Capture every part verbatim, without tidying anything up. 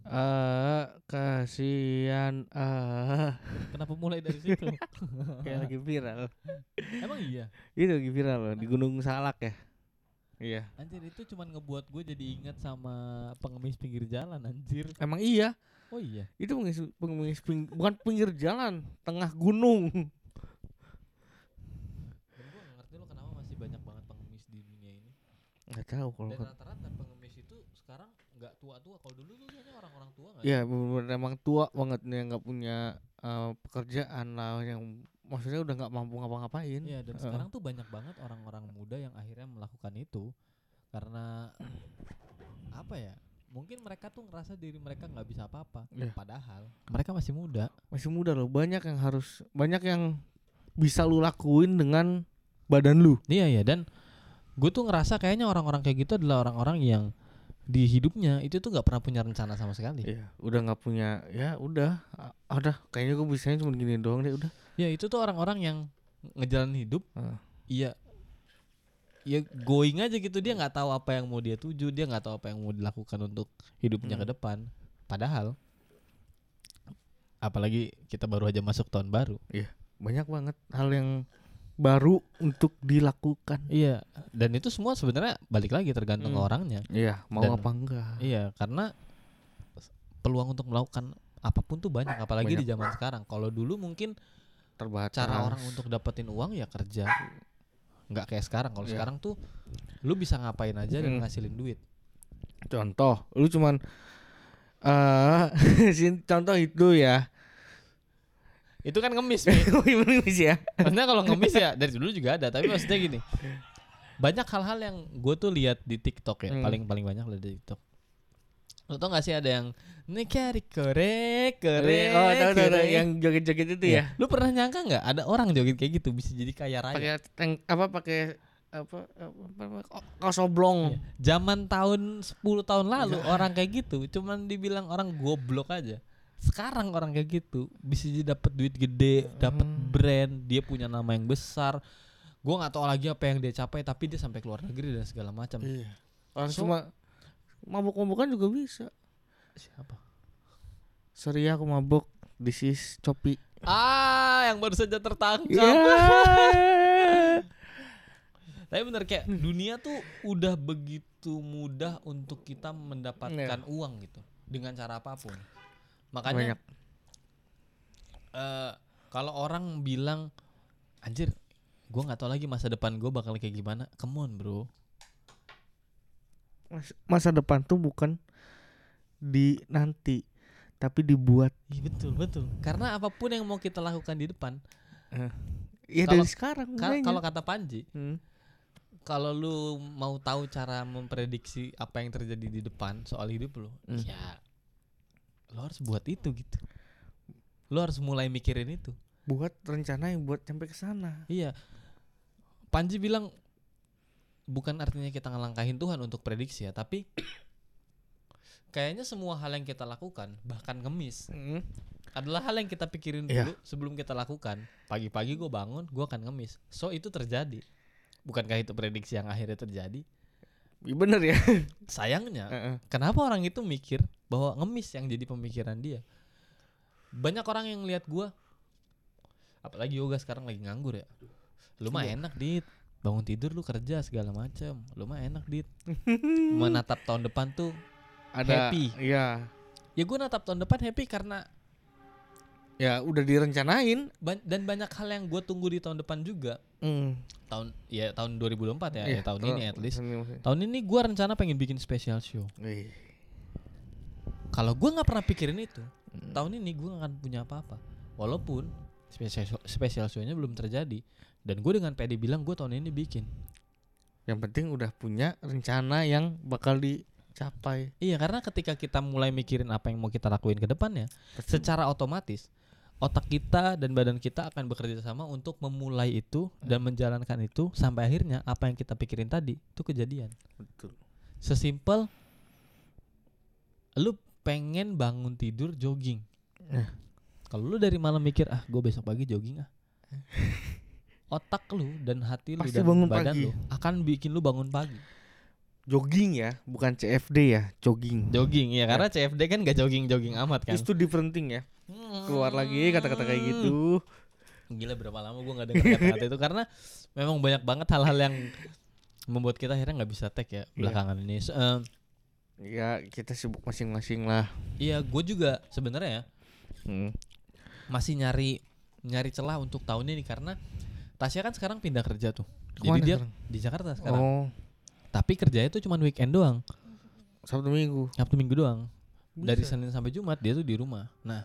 Eh, kasihan ah. Kenapa mulai dari situ? Kayak lagi viral. Emang iya. Itu lagi viral loh di Gunung Salak ya. Iya. Anjir itu cuman ngebuat gue jadi ingat sama pengemis pinggir jalan anjir. Emang iya. Oh iya. Itu pengemis, pengemis ping- bukan pinggir jalan, tengah gunung. Dan gue gak ngerti lo kenapa masih banyak banget pengemis di dunia ini. Nggak tahu kalau Dan kan. rata-rata pengemis itu sekarang nggak tua-tua. Kalau dulu tuh kayaknya orang-orang tua nggak? Iya, bener-bener emang tua banget nih yang nggak punya eh, pekerjaan lah, yang maksudnya udah nggak mampu ngapa-ngapain. Iya. Dan Heeh. sekarang tuh banyak banget orang-orang muda yang akhirnya melakukan itu karena apa ya? Mungkin mereka tuh ngerasa diri mereka nggak bisa apa-apa. Iya. Padahal mereka masih muda. Masih muda loh, banyak yang harus banyak yang bisa lu lakuin dengan badan lu. Iya ya. Dan gue tuh ngerasa kayaknya orang-orang kayak gitu adalah orang-orang yang di hidupnya itu tuh nggak pernah punya rencana sama sekali. Iya, udah nggak punya, ya udah, ah, udah kayaknya gue bisanya cuma gini doang deh udah. Ya itu tuh orang-orang yang ngejalanin hidup. Ah. Iya. Ya going aja gitu, dia nggak tahu apa yang mau dia tuju, dia nggak tahu apa yang mau dilakukan untuk hidupnya Hmm. ke depan. Padahal apalagi kita baru aja masuk tahun baru. Banyak banget hal yang baru untuk dilakukan. Iya, dan itu semua sebenarnya balik lagi tergantung Hmm. ke orangnya. Iya, mau Dan- apa enggak. Iya, karena peluang untuk melakukan apapun tuh banyak, apalagi Banyak. di zaman sekarang. Kalau dulu mungkin Terbatas. cara orang untuk dapetin uang ya kerja. Nggak kayak sekarang. Kalau Iya. sekarang tuh lu bisa ngapain aja dan Hmm. ngasilin duit. Contoh, lu cuman eh contoh itu ya. Itu kan ngemis, Mi. Oh, gimana sih ya? Maksudnya kalau ngemis ya dari dulu juga ada, tapi maksudnya gini. Banyak hal-hal yang gue tuh lihat di TikTok ya, Hmm. paling paling banyak lihat di TikTok. Lo tau gak sih ada yang nekari korek korek Oh, tahu tahu tahu, korek. yang joget-joget itu ya. Lu pernah nyangka nggak ada orang joget kayak gitu bisa jadi kaya raya? Pakai tank apa pakai apa, apa, apa kaos oblong. Iya. Zaman tahun sepuluh tahun lalu orang kayak gitu cuman dibilang orang goblok aja. Sekarang orang kayak gitu bisa jadi dapat duit gede, dapat Hmm. brand, dia punya nama yang besar. Gua nggak tahu lagi apa yang dia capai, tapi dia sampai keluar negeri dan segala macam. Iya. Orang So- cuma mabuk-mabukan juga bisa. Siapa? Sorry ya aku mabuk. This is Copi. Ah, yang baru saja tertangkap. Iya. Tapi bener kayak dunia tuh udah begitu mudah untuk kita mendapatkan Iya. uang gitu dengan cara apapun. Makanya Banyak. eh, kalau orang bilang anjir, gue nggak tahu lagi masa depan gue bakal kayak gimana. Come on, bro. Mas- Masa depan tuh bukan di nanti, tapi dibuat. Iya betul betul. Karena apapun yang mau kita lakukan di depan, Ya Kalau- dari sekarang. ka- mulainya. kalau kata Panji, Hmm. kalau lu mau tahu cara memprediksi apa yang terjadi di depan soal hidup lu, Hmm. ya lu harus buat itu gitu. Lu harus mulai mikirin itu. Buat rencana yang buat sampai ke sana. Iya. Panji bilang bukan artinya kita ngelangkahin Tuhan untuk prediksi ya, tapi kayaknya semua hal yang kita lakukan, bahkan ngemis, Hmm. adalah hal yang kita pikirin Iya. dulu sebelum kita lakukan. Pagi-pagi gue bangun, gue akan ngemis. So itu terjadi. Bukankah itu prediksi yang akhirnya terjadi? Ya bener ya. Sayangnya, Heeh. kenapa orang itu mikir bahwa ngemis yang jadi pemikiran dia? Banyak orang yang lihat gue, apalagi yoga sekarang lagi nganggur ya. Lu mah Iya. enak, Dit. Bangun tidur lu kerja segala macam. Lu mah enak, Dit. Menatap tahun depan tuh Ada. happy. Iya. Ya gue natap tahun depan happy karena Ya udah direncanain. Ba- dan banyak hal yang gue tunggu di tahun depan juga. Hmm. Tahun ya tahun dua ribu dua puluh empat ya, Iya, ya tahun kalau- ini at least. tahun- Tahun ini gue rencana pengen bikin special show. Wih. Kalau gue nggak pernah pikirin itu, Hmm. tahun ini gue gak akan punya apa-apa. Walaupun special show, special show-nya belum terjadi. Dan gue dengan pede bilang gue tahun ini bikin. Yang penting udah punya rencana yang bakal dicapai. Iya, karena ketika kita mulai mikirin apa yang mau kita lakuin ke depannya, secara otomatis otak kita dan badan kita akan bekerja sama untuk memulai itu dan menjalankan itu sampai akhirnya apa yang kita pikirin tadi itu kejadian. Betul. Sesimpel lu pengen bangun tidur jogging. Eh. Kalau lu dari malam mikir ah gue besok pagi jogging ah, otak lu dan hati lu Pasti dan bangun badan pagi. lu akan bikin lu bangun pagi. jogging ya, bukan C F D ya, jogging. Jogging ya, karena C F D kan gak jogging-jogging amat kan. Itu different thing ya. Keluar lagi kata-kata kayak gitu. Gila, berapa lama gue gak dengar kata-kata itu, karena memang banyak banget hal-hal yang membuat kita akhirnya gak bisa tag ya belakangan ini. So, um, ya kita sibuk masing-masing lah. Iya, gue juga sebenarnya ya hmm. masih nyari nyari celah untuk tahun ini, karena Tasya kan sekarang pindah kerja tuh. Jadi Kemana dia sekarang? di Jakarta sekarang. Oh, Tapi kerjanya tuh cuma weekend doang, Sabtu Minggu. Sabtu Minggu doang. Bisa. Dari Senin sampai Jumat dia tuh di rumah. Nah,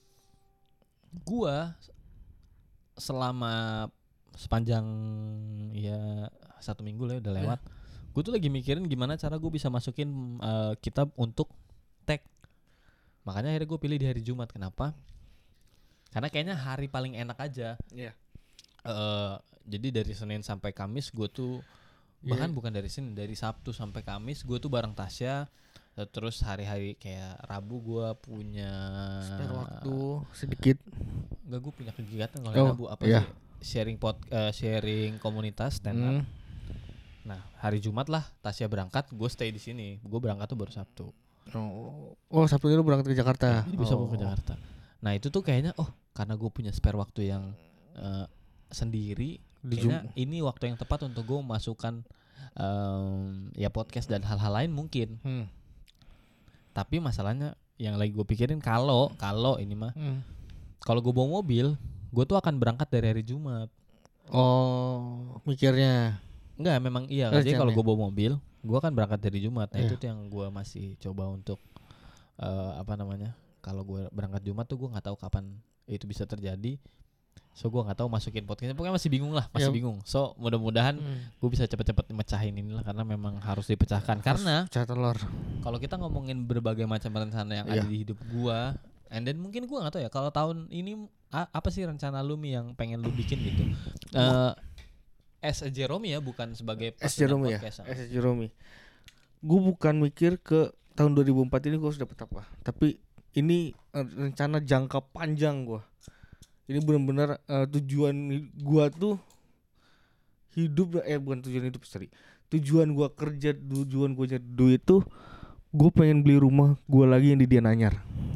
gua selama sepanjang ya satu minggu lah udah lewat. Gue tuh lagi mikirin gimana cara gue bisa masukin uh, kitab untuk tag. Makanya akhirnya gue pilih di hari Jumat. Kenapa? Karena kayaknya hari paling enak aja. Iya. Uh, jadi dari Senin sampai Kamis gue tuh Yeah. bahkan bukan dari Senin, dari Sabtu sampai Kamis gue tuh bareng Tasya. Terus hari-hari kayak Rabu gue punya Spare waktu sedikit. Enggak, gue punya kegiatan kalau Oh, Rabu apa iya. sih? Sharing pod, uh, sharing komunitas stand up. Hmm. Nah, hari Jumat lah Tasya berangkat, gue stay di sini. Gue berangkat tuh baru Sabtu. Oh, oh Sabtu ini lu berangkat ke Jakarta. Jadi bisa oh. gue ke Jakarta. Nah, itu tuh kayaknya oh, karena gue punya spare waktu yang uh, sendiri, Di kayaknya Jum- ini waktu yang tepat untuk gue masukkan um, ya podcast dan hal-hal lain mungkin. Hmm. Tapi masalahnya yang lagi gue pikirin kalau kalau ini mah Hmm. kalau gue bawa mobil, gue tuh akan berangkat dari hari Jumat. Oh, mikirnya. Enggak, memang iya. Eh, Jadi kalau jangan gue bawa mobil, gue akan berangkat dari Jumat. Nah, Iya. itu tuh yang gue masih coba untuk uh, apa namanya? Kalau gue berangkat Jumat tuh gue nggak tahu kapan itu bisa terjadi. So gue nggak tahu masukin podcastnya. Pokoknya masih bingung lah, masih Ya. bingung. So mudah-mudahan Hmm. gue bisa cepet-cepet mecahin inilah, karena memang harus dipecahkan. Karena pecah telur. kalau kita ngomongin berbagai macam rencana yang Iya. ada di hidup gue, and then mungkin gue nggak tahu ya kalau tahun ini a- apa sih rencana lu Mi yang pengen lu bikin gitu? Uh, as a Jerome ya, bukan sebagai S personal Jerome ya. podcast. S Jerome. Gue bukan mikir ke tahun dua ribu empat ini gue harus dapat apa. Tapi ini uh, rencana jangka panjang gue. Ini benar-benar uh, tujuan gue tuh hidup eh bukan tujuan hidup sorry. Tujuan gue kerja, tujuan gue jadi duit tuh gue pengen beli rumah gue lagi yang di Diananyar.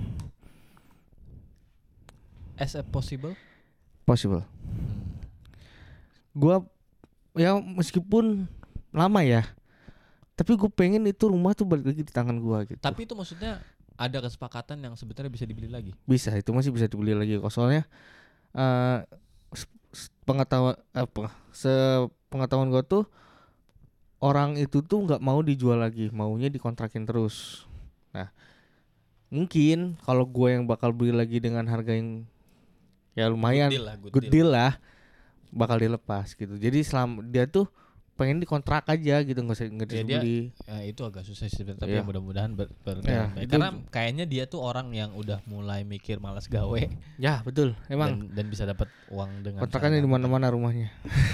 As a possible? Possible. Gue ya meskipun lama ya, tapi gue pengen itu rumah tuh balik lagi di tangan gue gitu. Tapi itu maksudnya ada kesepakatan yang sebenarnya bisa dibeli lagi. Bisa, itu masih bisa dibeli lagi kok. Soalnya uh, pengetahuan apa sepengetahuan gue tuh orang itu tuh nggak mau dijual lagi, maunya dikontrakin terus. Nah mungkin kalau gue yang bakal beli lagi dengan harga yang ya lumayan Good deal lah, good good deal. deal lah, bakal dilepas gitu. Jadi selama dia tuh pengen dikontrak aja gitu, nggak usah nggak Ya, dia- dibeli. Ya, itu agak susah sih sebenarnya, tapi Iya. ya mudah-mudahan ber- berjalan Ya, baik. itu- Karena kayaknya dia tuh orang yang udah mulai mikir malas gawe Ya betul, emang dan, dan bisa dapat uang dengan kontrakannya cara di mana-mana rumahnya.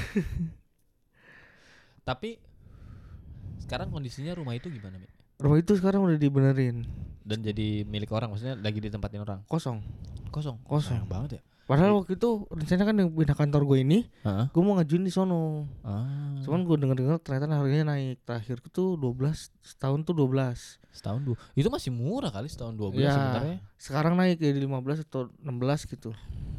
Tapi sekarang kondisinya rumah itu gimana, Mi? Rumah itu sekarang udah dibenerin, Dan jadi milik orang, maksudnya lagi ditempatin orang. kosong. Kosong. Kosong. Sayang banget ya. Padahal waktu itu rencana kan yang pindah kantor gue ini, Heeh. gue mau ngajuin di sono. Ah. Cuman gue denger-denger ternyata harganya naik. Terakhir tuh dua belas, setahun tuh dua belas. setahun dua. Itu masih murah kali, setahun dua belas Ya, sebenarnya. sekarang naik jadi lima belas atau enam belas gitu.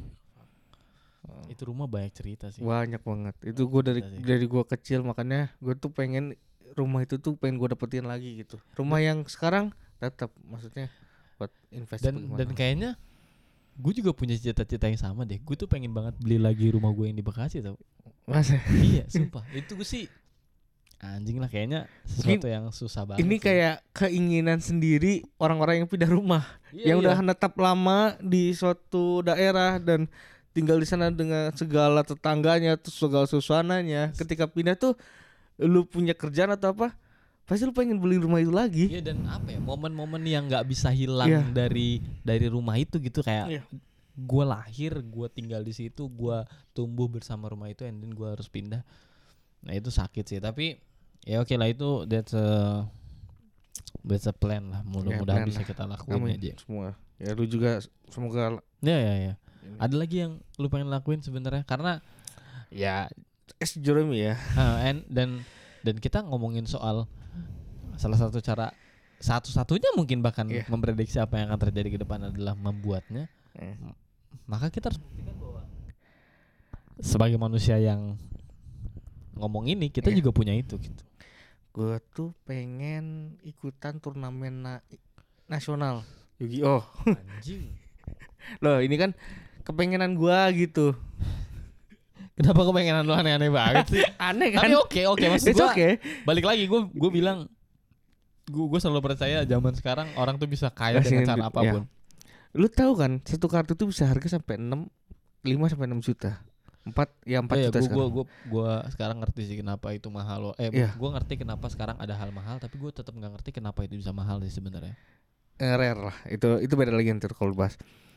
Itu rumah banyak cerita sih. Banyak banget. Itu gue dari Cerita sih. dari gue kecil, makanya gue tuh pengen rumah itu tuh pengen gue dapetin lagi gitu. Rumah yang sekarang tetap maksudnya buat invest Dan bagaimana. dan kayaknya gue juga punya cita-cita yang sama deh. Gue tuh pengen banget beli lagi rumah gue yang di Bekasi tau. Masa? Iya, sumpah. Itu gue sih anjing lah, kayaknya sesuatu yang susah banget. Ini sih. kayak keinginan sendiri orang-orang yang pindah rumah. Iya, yang iya. udah netap lama di suatu daerah dan tinggal di sana dengan segala tetangganya, terus segala suasananya. Ketika pindah tuh lu punya kerjaan atau apa, pasti lu pengen beli rumah itu lagi. Iya, dan apa ya, momen-momen yang nggak bisa hilang Iya. dari dari rumah itu gitu, kayak Iya. gue lahir, gue tinggal di situ, gue tumbuh bersama rumah itu, and then gue harus pindah. Nah itu sakit sih, tapi ya oke lah, itu that's a that's a plan lah. Mudah-mudahan plan bisa lah. kita lakuin Amin aja. semua. Ya lu juga semoga Ya ya ya. ini. Ada lagi yang lu pengen lakuin sebenarnya, karena ya S Jeremy ya. uh, and dan dan kita ngomongin soal salah satu cara satu-satunya mungkin bahkan Iya. memprediksi apa yang akan terjadi ke depan adalah membuatnya. Eh. Maka kita harus buktikan bahwa sebagai manusia yang ngomong ini kita Iya. juga punya itu gitu. Gue tuh pengen ikutan turnamen na- nasional Yu-Gi-Oh. Anjing. Loh ini kan kepengenan gua gitu. Kenapa kepengenan lu aneh-aneh banget sih? Aneh kan? Tapi oke oke maksud It's gua. okay. Balik lagi gue gue bilang gue gue selalu percaya zaman sekarang orang tuh bisa kaya Kasih dengan cara duit, apapun. Lu tahu kan satu kartu tuh bisa harga sampai enam lima sampai enam juta. empat ya empat Oh, iya, juta gua, sekarang. gua, gua, gua sekarang ngerti sih kenapa itu mahal loh. Eh, Iya. gue ngerti kenapa sekarang ada hal mahal, tapi gue tetap nggak ngerti kenapa itu bisa mahal sih sebenarnya. Eh, rare lah. Itu itu beda lagi nanti kalau bahas.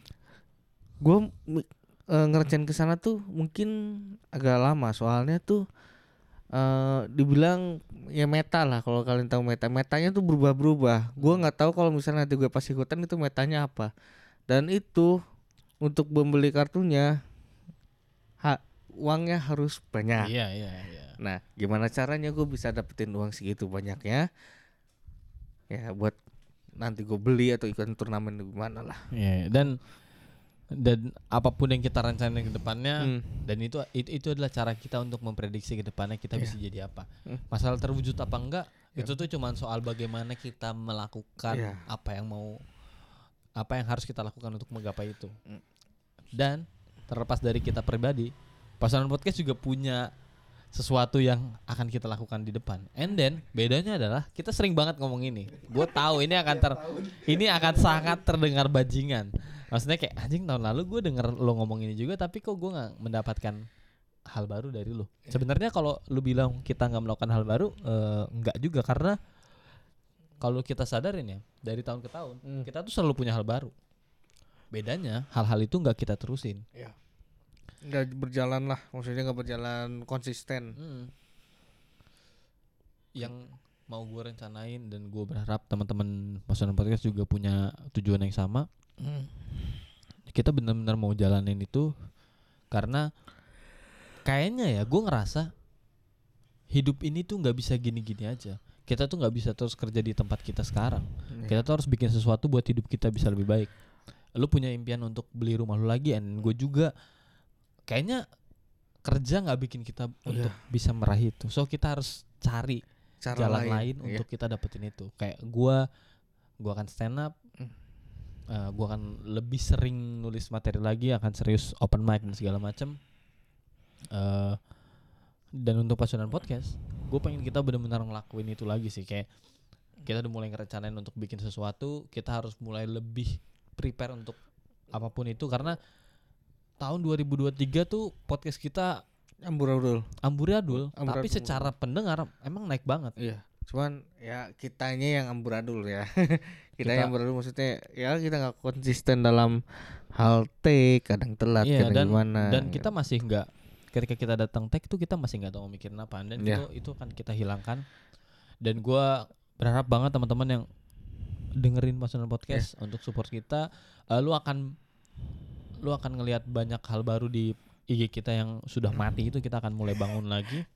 Gua uh, ngerencanain ke sana tuh mungkin agak lama soalnya tuh uh, dibilang ya meta lah kalau kalian tahu meta. Metanya tuh berubah-berubah. Gua nggak tahu kalau misalnya nanti gue pas ikutan itu metanya apa. Dan itu untuk membeli kartunya ha, uangnya harus banyak. Iya iya iya. Nah, gimana caranya gue bisa dapetin uang segitu banyaknya? Ya buat nanti gue beli atau ikut turnamen gimana lah. Iya, dan dan apapun yang kita rencanain ke depannya, Hmm. dan itu, itu itu adalah cara kita untuk memprediksi ke depannya kita Iya. bisa jadi apa. Hmm. Masalah terwujud apa enggak, Iya. itu tuh cuma soal bagaimana kita melakukan Iya. apa yang mau, apa yang harus kita lakukan untuk menggapai itu. Hmm. Dan terlepas dari kita pribadi, Pasangan Podcast juga punya sesuatu yang akan kita lakukan di depan. And then bedanya adalah kita sering banget ngomong ini. Gue tahu ini akan ter, ini akan sangat terdengar bajingan. Maksudnya kayak anjing tahun lalu gue denger lo ngomong ini juga, tapi kok gue nggak mendapatkan hal baru dari lo. Sebenarnya kalau lo bilang kita nggak melakukan hal baru, uh, nggak juga, karena kalau kita sadarin ya dari tahun ke tahun Hmm. kita tuh selalu punya hal baru. Bedanya hal-hal itu nggak kita terusin. Iya. Nggak berjalan lah, maksudnya nggak berjalan konsisten. Hmm. Yang mau gue rencanain dan gue berharap teman-teman Pasangan Podcast juga punya tujuan yang sama. Hmm. Kita benar-benar mau jalanin itu karena kayaknya ya gue ngerasa hidup ini tuh nggak bisa gini-gini aja. Kita tuh nggak bisa terus kerja di tempat kita sekarang. Iya. Kita tuh harus bikin sesuatu buat hidup kita bisa lebih baik. Lu punya impian untuk beli rumah lu lagi, dan gue juga kayaknya kerja nggak bikin kita untuk bisa meraih itu. So kita harus cari Cara jalan lain, lain, iya. untuk kita dapetin itu. Kayak gua gua akan stand up, Hmm. uh, gua akan lebih sering nulis materi lagi, akan serius open mic dan segala macam. Uh, dan untuk Pasundan Podcast, gue pengen kita benar-benar ngelakuin itu lagi sih. Kayak kita udah mulai ngerencanain untuk bikin sesuatu, kita harus mulai lebih prepare untuk apapun itu, karena tahun dua ribu dua puluh tiga tuh podcast kita Amburadul. amburadul, Amburadul. tapi secara pendengar emang naik banget. Iya. Cuman ya kitanya yang amburadul ya. kita, Kita- yang amburadul maksudnya ya kita nggak konsisten dalam hal take, kadang telat, Iya, kadang dan gimana. dan kita masih nggak, ketika kita datang tag itu kita masih nggak tahu mau mikirin apa, dan Iya. itu itu akan kita hilangkan. Dan gue berharap banget teman-teman yang dengerin Pasundan Podcast untuk support kita, uh, lu akan lu akan ngelihat banyak hal baru di I G kita yang sudah mati itu, kita akan mulai bangun lagi.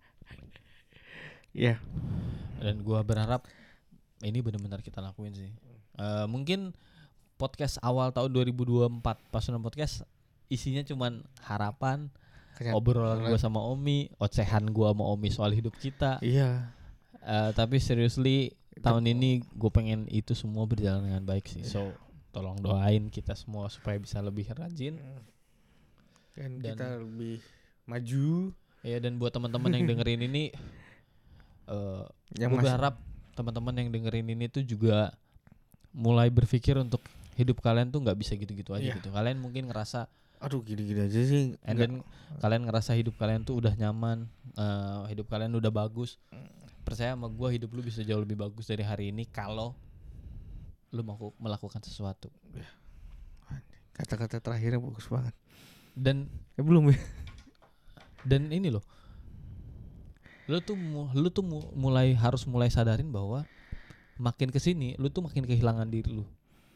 Iya. Dan gua berharap ini benar-benar kita lakuin sih. Uh, mungkin podcast awal tahun dua ribu dua puluh empat Pasundan Podcast isinya cuman harapan, Kenyat- obrolan gua sama Omi, ocehan gua sama Omi soal hidup kita. Iya. Uh, tapi seriously tahun ini gue pengen itu semua berjalan dengan baik sih. So tolong doain kita semua supaya bisa lebih rajin. Dan, Dan- kita lebih maju. Ya, dan buat teman-teman yang dengerin ini, uh, Yang gue masih- berharap teman-teman yang dengerin ini tuh juga mulai berpikir untuk hidup kalian tuh nggak bisa gitu-gitu aja Iya. gitu. Kalian mungkin ngerasa, Aduh gini-gini aja sih. and nggak- then kalian ngerasa hidup kalian tuh udah nyaman, uh, hidup kalian udah bagus. Percaya sama gue, hidup lu bisa jauh lebih bagus dari hari ini kalau lu mau melakukan sesuatu. Kata-kata terakhirnya bagus banget. Dan Eh belum ya? dan ini loh, lu tuh mu- lu tuh mu- mulai harus mulai sadarin bahwa makin kesini lu tuh makin kehilangan diri lu.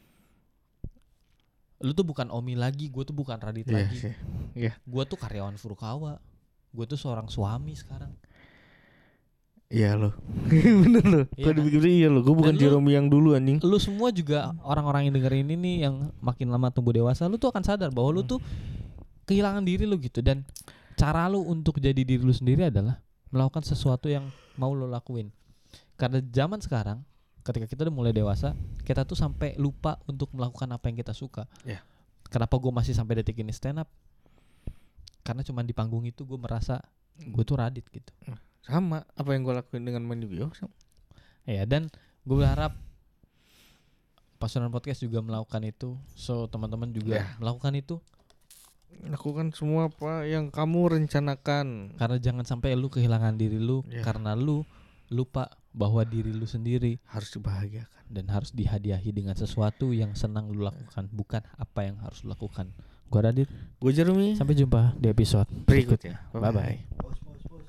Lu tuh bukan Omi lagi, gue tuh bukan Radit Iya lagi. sih. Iya. Gue tuh karyawan Furukawa, gue tuh seorang suami sekarang. Iya loh. Bener loh. Iya Kalau kan? dipikir iya loh. Gue bukan Dan lu- Jerome yang dulu anjing. Lu semua juga orang-orang yang dengerin ini nih yang makin lama tumbuh dewasa, lu tuh akan sadar bahwa lu tuh kehilangan diri lu gitu, dan cara lu untuk jadi diri lu sendiri adalah melakukan sesuatu yang mau lu lakuin. Karena zaman sekarang ketika kita udah mulai dewasa, kita tuh sampai lupa untuk melakukan apa yang kita suka. Ya. Kenapa gue masih sampai detik ini stand up? Karena cuma di panggung itu gue merasa gue tuh radit gitu. Sama apa yang gue lakuin dengan main Yu-Gi-Oh sama. Ya, dan gue berharap Pasuruan Podcast juga melakukan itu. So teman-teman juga Ya. melakukan itu. Lakukan semua apa yang kamu rencanakan. Karena jangan sampai lu kehilangan diri lu Ya. karena lu lupa bahwa diri lu sendiri Harus dibahagiakan. dan harus dihadiahi dengan sesuatu yang senang lu lakukan, bukan apa yang harus lu lakukan. Gua Radit, Gue Jeremy. sampai jumpa di episode Berikutnya. Bye bye.